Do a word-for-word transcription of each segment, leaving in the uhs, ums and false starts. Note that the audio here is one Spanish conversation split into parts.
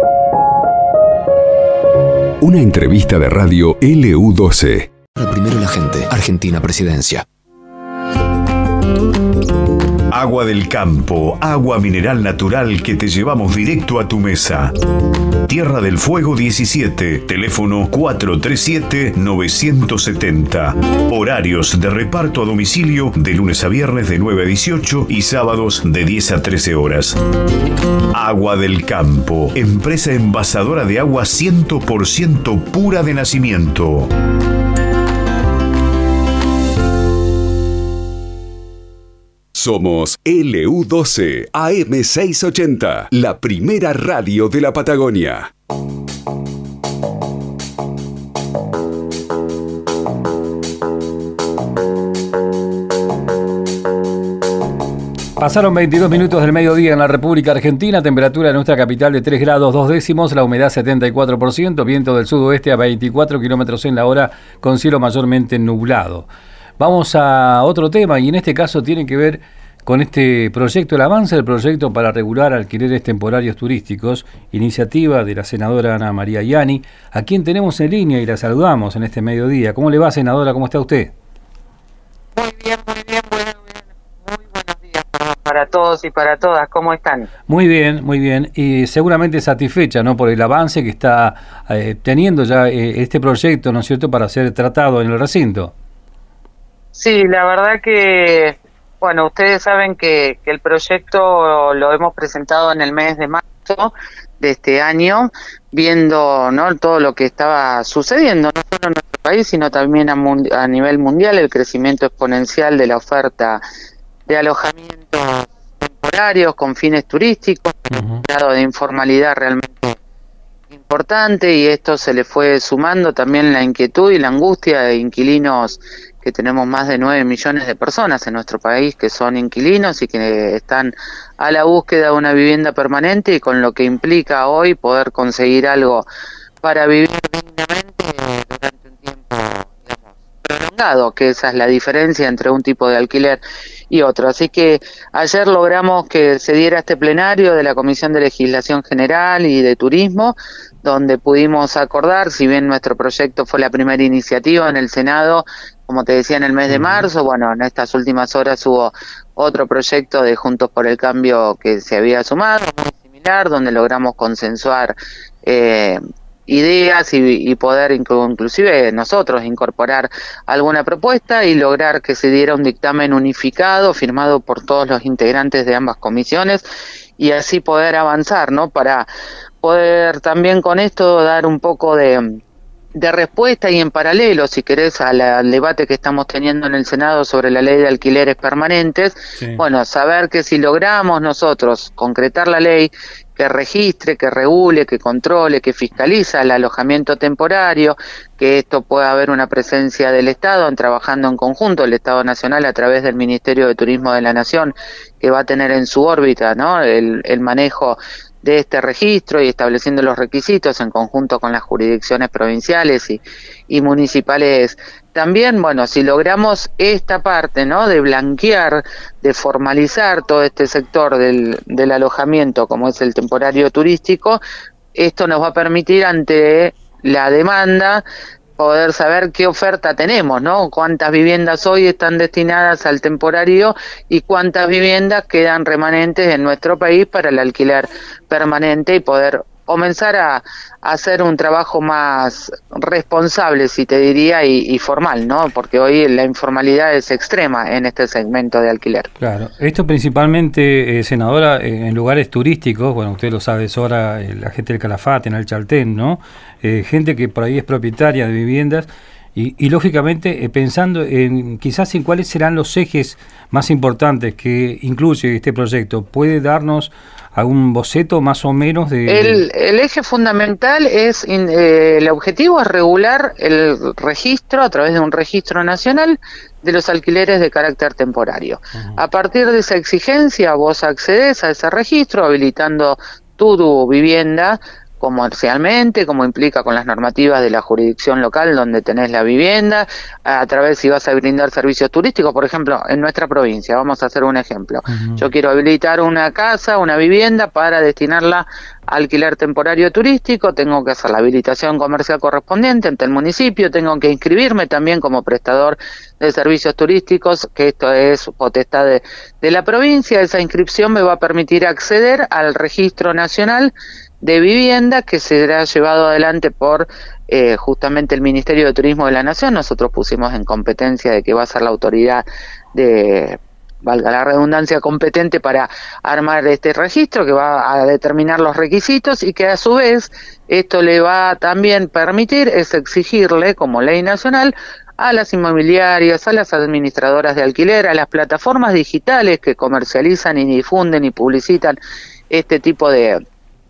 Una entrevista de radio L U doce. Primero la gente. Argentina Presidencia. Agua del campo, agua mineral natural que te llevamos directo a tu mesa. Tierra del Fuego diecisiete, teléfono cuatro tres siete nueve siete cero. Horarios de reparto a domicilio de lunes a viernes de nueve a dieciocho y sábados de diez a trece horas. Agua del Campo, empresa envasadora de agua cien por ciento pura de nacimiento. Somos L U doce A M seiscientos ochenta, la primera radio de la Patagonia. Pasaron veintidós minutos del mediodía en la República Argentina, temperatura en nuestra capital de tres grados dos décimos, la humedad setenta y cuatro por ciento, viento del sudoeste a veinticuatro kilómetros en la hora con cielo mayormente nublado. Vamos a otro tema y en este caso tiene que ver con este proyecto, el avance del proyecto para regular alquileres temporarios turísticos, iniciativa de la senadora Ana María Ianni, a quien tenemos en línea y la saludamos en este mediodía. ¿Cómo le va, senadora? ¿Cómo está usted? Muy bien, muy bien, muy bien. Muy buenos días para todos y para todas. ¿Cómo están? Muy bien, muy bien. Y seguramente satisfecha, ¿no?, por el avance que está eh, teniendo ya eh, este proyecto, ¿no es cierto?, para ser tratado en el recinto. Sí, la verdad que, bueno, ustedes saben que, que el proyecto lo hemos presentado en el mes de marzo de este año, viendo, ¿no?, todo lo que estaba sucediendo, no solo en nuestro país, sino también a, mundi- a nivel mundial, el crecimiento exponencial de la oferta de alojamientos temporarios con fines turísticos, uh-huh. Un grado de informalidad realmente importante, y esto se le fue sumando también la inquietud y la angustia de inquilinos, que tenemos más de nueve millones de personas en nuestro país que son inquilinos y que están a la búsqueda de una vivienda permanente, y con lo que implica hoy poder conseguir algo para vivir dignamente durante un tiempo, digamos, prolongado, que esa es la diferencia entre un tipo de alquiler y otro. Así que ayer logramos que se diera este plenario de la Comisión de Legislación General y de Turismo, donde pudimos acordar, si bien nuestro proyecto fue la primera iniciativa en el Senado, como te decía, en el mes de marzo, bueno, en estas últimas horas hubo otro proyecto de Juntos por el Cambio que se había sumado, muy similar, donde logramos consensuar eh, ideas y, y poder inclusive nosotros incorporar alguna propuesta y lograr que se diera un dictamen unificado, firmado por todos los integrantes de ambas comisiones, y así poder avanzar, ¿no?, para poder también con esto dar un poco de... de respuesta y en paralelo, si querés, al, al debate que estamos teniendo en el Senado sobre la ley de alquileres permanentes. Sí. Bueno, saber que si logramos nosotros concretar la ley que registre, que regule, que controle, que fiscaliza el alojamiento temporario, que esto pueda haber una presencia del Estado en, trabajando en conjunto, el Estado Nacional a través del Ministerio de Turismo de la Nación, que va a tener en su órbita, ¿no?, el, el manejo de este registro y estableciendo los requisitos en conjunto con las jurisdicciones provinciales y, y municipales. También, bueno, si logramos esta parte, ¿no?, de blanquear, de formalizar todo este sector del, del alojamiento, como es el temporario turístico, esto nos va a permitir, ante la demanda, poder saber qué oferta tenemos, ¿no?, cuántas viviendas hoy están destinadas al temporario y cuántas viviendas quedan remanentes en nuestro país para el alquiler permanente, y poder comenzar a, a hacer un trabajo más responsable, si te diría, y, y formal, ¿no?, porque hoy la informalidad es extrema en este segmento de alquiler. Claro, esto principalmente, eh, senadora, eh, en lugares turísticos, bueno, usted lo sabe, Sora, eh, la gente del Calafate, en el Chaltén, ¿no?, eh, gente que por ahí es propietaria de viviendas, y, y lógicamente eh, pensando en quizás en cuáles serán los ejes más importantes que incluye este proyecto. ¿Puede darnos algún boceto más o menos de...? El, el eje fundamental es, eh, el objetivo es regular el registro a través de un registro nacional de los alquileres de carácter temporario. Uh-huh. A partir de esa exigencia, vos accedes a ese registro habilitando tu, tu vivienda comercialmente, como implica con las normativas de la jurisdicción local donde tenés la vivienda, a través si vas a brindar servicios turísticos, por ejemplo, en nuestra provincia, vamos a hacer un ejemplo. Uh-huh. Yo quiero habilitar una casa, una vivienda para destinarla alquiler temporario turístico, tengo que hacer la habilitación comercial correspondiente ante el municipio, tengo que inscribirme también como prestador de servicios turísticos, que esto es potestad de, de la provincia. Esa inscripción me va a permitir acceder al registro nacional de vivienda que será llevado adelante por eh, justamente el Ministerio de Turismo de la Nación. Nosotros pusimos en competencia de que va a ser la autoridad de, valga la redundancia, competente para armar este registro, que va a determinar los requisitos y que a su vez esto le va a también permitir, es exigirle como ley nacional, a las inmobiliarias, a las administradoras de alquiler, a las plataformas digitales que comercializan y difunden y publicitan este tipo de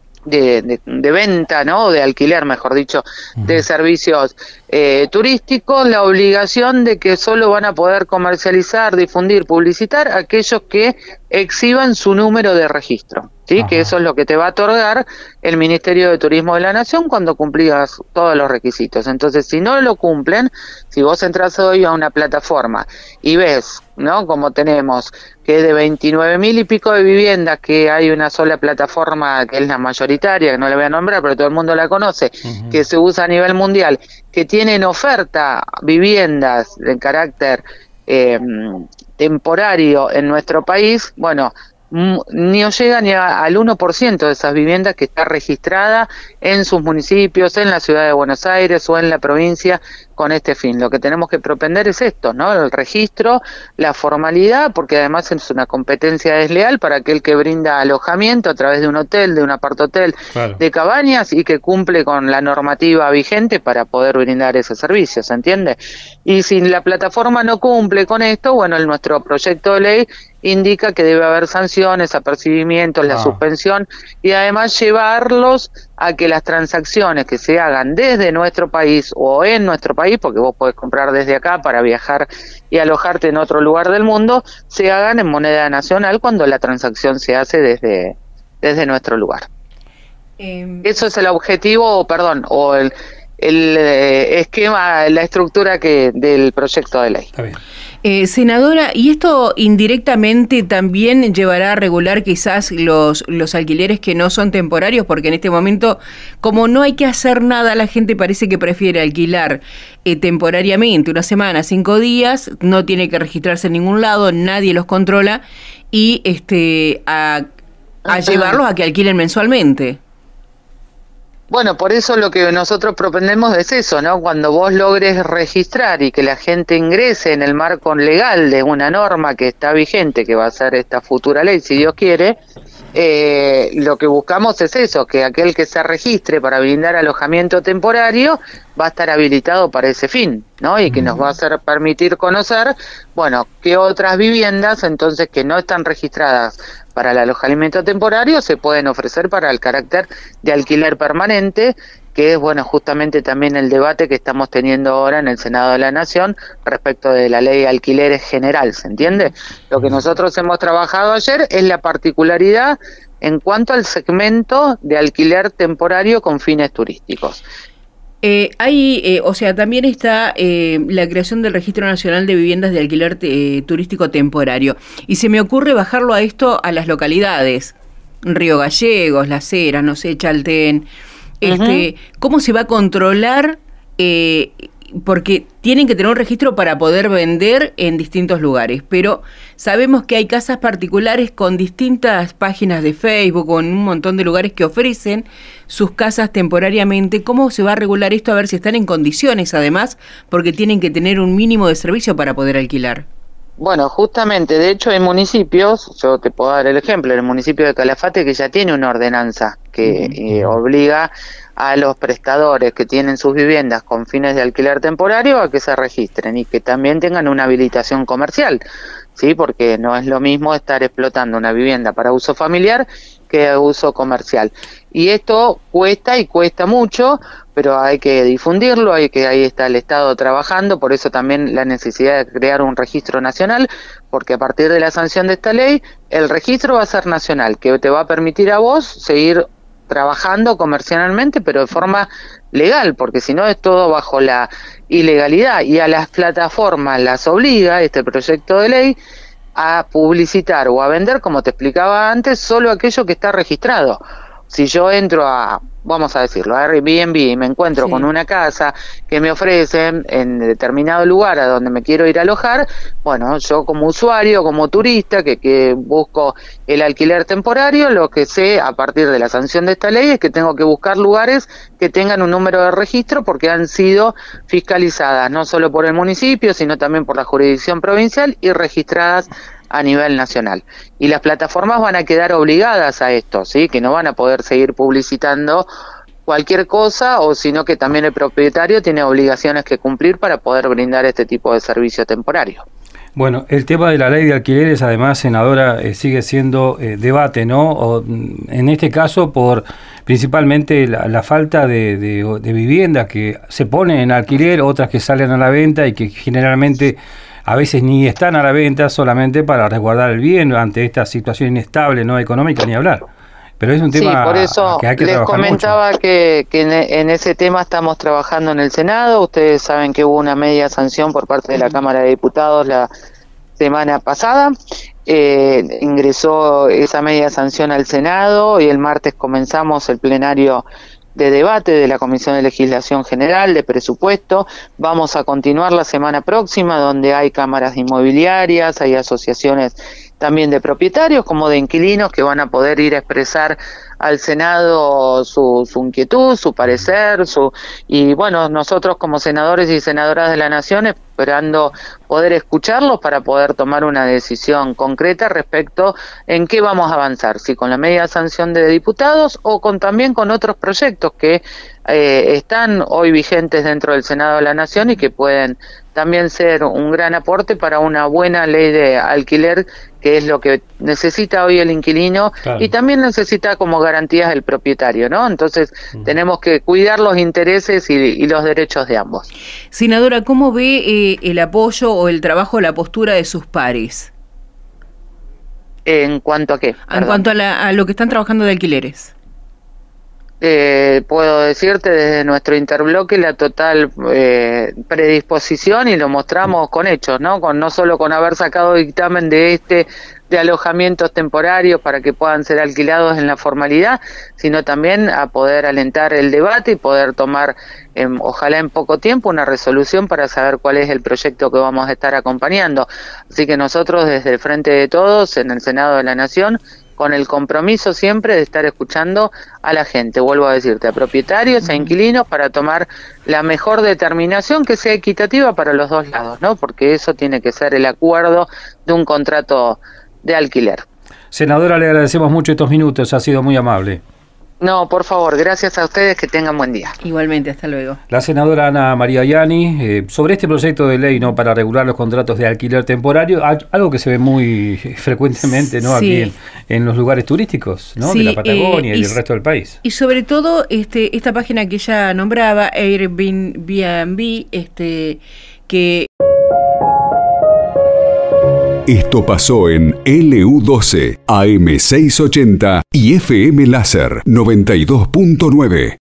De, de, de venta, ¿no? De alquiler, mejor dicho, de servicios eh, turísticos, la obligación de que solo van a poder comercializar, difundir, publicitar aquellos que exhiban su número de registro, ¿sí? Ajá. Que eso es lo que te va a otorgar el Ministerio de Turismo de la Nación cuando cumplías todos los requisitos. Entonces, si no lo cumplen, si vos entras hoy a una plataforma y ves, ¿no? Como tenemos que de veintinueve mil y pico de viviendas, que hay una sola plataforma que es la mayoritaria, que no la voy a nombrar, pero todo el mundo la conoce, uh-huh. que se usa a nivel mundial, que tienen oferta viviendas de carácter eh, temporario en nuestro país, bueno, ni llega ni a, al uno por ciento de esas viviendas que está registrada en sus municipios, en la ciudad de Buenos Aires o en la provincia con este fin. Lo que tenemos que propender es esto, ¿no? El registro, la formalidad, porque además es una competencia desleal para aquel que brinda alojamiento a través de un hotel, de un apartohotel, claro. de cabañas y que cumple con la normativa vigente para poder brindar ese servicio, ¿se entiende? Y si la plataforma no cumple con esto, bueno, el, nuestro proyecto de ley indica que debe haber sanciones, apercibimientos, la ah. suspensión y además llevarlos a que las transacciones que se hagan desde nuestro país o en nuestro país, porque vos podés comprar desde acá para viajar y alojarte en otro lugar del mundo, se hagan en moneda nacional cuando la transacción se hace desde, desde nuestro lugar. Eh, Eso es el objetivo, perdón, o el, el eh, esquema, la estructura que del proyecto de ley. Está bien. Eh, senadora, ¿y esto indirectamente también llevará a regular quizás los, los alquileres que no son temporarios? Porque en este momento, como no hay que hacer nada, la gente parece que prefiere alquilar eh, temporariamente, una semana, cinco días, no tiene que registrarse en ningún lado, nadie los controla, y este a, a llevarlos a que alquilen mensualmente. Bueno, por eso lo que nosotros proponemos es eso, ¿no? Cuando vos logres registrar y que la gente ingrese en el marco legal de una norma que está vigente, que va a ser esta futura ley, si Dios quiere, eh, lo que buscamos es eso, que aquel que se registre para brindar alojamiento temporario va a estar habilitado para ese fin, ¿no? Y que nos va a hacer permitir conocer, bueno, qué otras viviendas, entonces, que no están registradas para el alojamiento temporario, se pueden ofrecer para el carácter de alquiler permanente, que es, bueno, justamente también el debate que estamos teniendo ahora en el Senado de la Nación respecto de la ley de alquileres general, ¿se entiende? Lo que nosotros hemos trabajado ayer es la particularidad en cuanto al segmento de alquiler temporario con fines turísticos. Eh, hay, eh, o sea, también está eh, la creación del Registro Nacional de Viviendas de Alquiler eh, Turístico Temporario. Y se me ocurre bajarlo a esto a las localidades. Río Gallegos, Las Heras, no sé, Chaltén. Este, uh-huh. ¿Cómo se va a controlar? Eh, porque tienen que tener un registro para poder vender en distintos lugares, pero sabemos que hay casas particulares con distintas páginas de Facebook o en un montón de lugares que ofrecen sus casas temporariamente. ¿Cómo se va a regular esto? A ver si están en condiciones, además, porque tienen que tener un mínimo de servicio para poder alquilar. Bueno, justamente, de hecho hay municipios, yo te puedo dar el ejemplo, el municipio de Calafate, que ya tiene una ordenanza que eh, obliga a los prestadores que tienen sus viviendas con fines de alquiler temporario a que se registren y que también tengan una habilitación comercial, ¿sí? Porque no es lo mismo estar explotando una vivienda para uso familiar que uso comercial. Y esto cuesta y cuesta mucho, pero hay que difundirlo, hay que ahí está el Estado trabajando, por eso también la necesidad de crear un registro nacional, porque a partir de la sanción de esta ley, el registro va a ser nacional, que te va a permitir a vos seguir trabajando comercialmente, pero de forma legal, porque si no es todo bajo la ilegalidad, y a las plataformas las obliga este proyecto de ley a publicitar o a vender, como te explicaba antes, solo aquello que está registrado. O si yo entro a, vamos a decirlo, a Airbnb y me encuentro sí. con una casa que me ofrecen en determinado lugar a donde me quiero ir a alojar, bueno, yo como usuario, como turista, que, que busco el alquiler temporario, lo que sé a partir de la sanción de esta ley es que tengo que buscar lugares que tengan un número de registro porque han sido fiscalizadas no solo por el municipio, sino también por la jurisdicción provincial y registradas a nivel nacional. Y las plataformas van a quedar obligadas a esto, ¿sí? Que no van a poder seguir publicitando cualquier cosa, o sino que también el propietario tiene obligaciones que cumplir para poder brindar este tipo de servicio temporario. Bueno, el tema de la ley de alquileres, además, senadora, eh, sigue siendo eh, debate, ¿no? O, en este caso, por principalmente la, la falta de, de, de viviendas que se ponen en alquiler, otras que salen a la venta y que generalmente a veces ni están a la venta, solamente para resguardar el bien ante esta situación inestable, no económica ni hablar. Pero es un tema sí, por eso que hay que les trabajar comentaba mucho. que, que en, en ese tema estamos trabajando en el Senado. Ustedes saben que hubo una media sanción por parte de la Cámara de Diputados la semana pasada. Eh, ingresó esa media sanción al Senado y el martes comenzamos el plenario de debate de la Comisión de Legislación General, de Presupuesto. Vamos a continuar la semana próxima, donde hay cámaras inmobiliarias, hay asociaciones también de propietarios como de inquilinos que van a poder ir a expresar al Senado su, su inquietud, su parecer, su y bueno, nosotros como senadores y senadoras de la Nación esperando poder escucharlos para poder tomar una decisión concreta respecto en qué vamos a avanzar, si con la media sanción de diputados o con también con otros proyectos que eh, están hoy vigentes dentro del Senado de la Nación y que pueden también ser un gran aporte para una buena ley de alquiler, que es lo que necesita hoy el inquilino, claro. Y también necesita como garantías el propietario, ¿no? Entonces uh-huh. tenemos que cuidar los intereses y, y los derechos de ambos. Senadora, ¿cómo ve eh, el apoyo o el trabajo, la postura de sus pares? ¿En cuanto a qué? En Perdón. cuanto a, la, a lo que están trabajando de alquileres. Eh, puedo decirte desde nuestro interbloque la total eh, predisposición y lo mostramos con hechos, ¿no? Con no solo con haber sacado dictamen de este de alojamientos temporarios para que puedan ser alquilados en la formalidad, sino también a poder alentar el debate y poder tomar, eh, ojalá en poco tiempo, una resolución para saber cuál es el proyecto que vamos a estar acompañando. Así que nosotros desde el Frente de Todos en el Senado de la Nación, con el compromiso siempre de estar escuchando a la gente, vuelvo a decirte, a propietarios, a inquilinos, para tomar la mejor determinación que sea equitativa para los dos lados, ¿no? Porque eso tiene que ser el acuerdo de un contrato de alquiler. Senadora, le agradecemos mucho estos minutos, ha sido muy amable. No, por favor, gracias a ustedes, que tengan buen día. Igualmente, hasta luego. La senadora Ana María Yani, eh, sobre este proyecto de ley, ¿no?, para regular los contratos de alquiler temporario, algo que se ve muy frecuentemente, ¿no?, sí. aquí en, en los lugares turísticos, ¿no?, sí, de la Patagonia eh, y, y del resto del país. Y sobre todo este esta página que ella nombraba, Airbnb, este que... Esto pasó en L U doce, A M seiscientos ochenta y F M Láser noventa y dos punto nueve.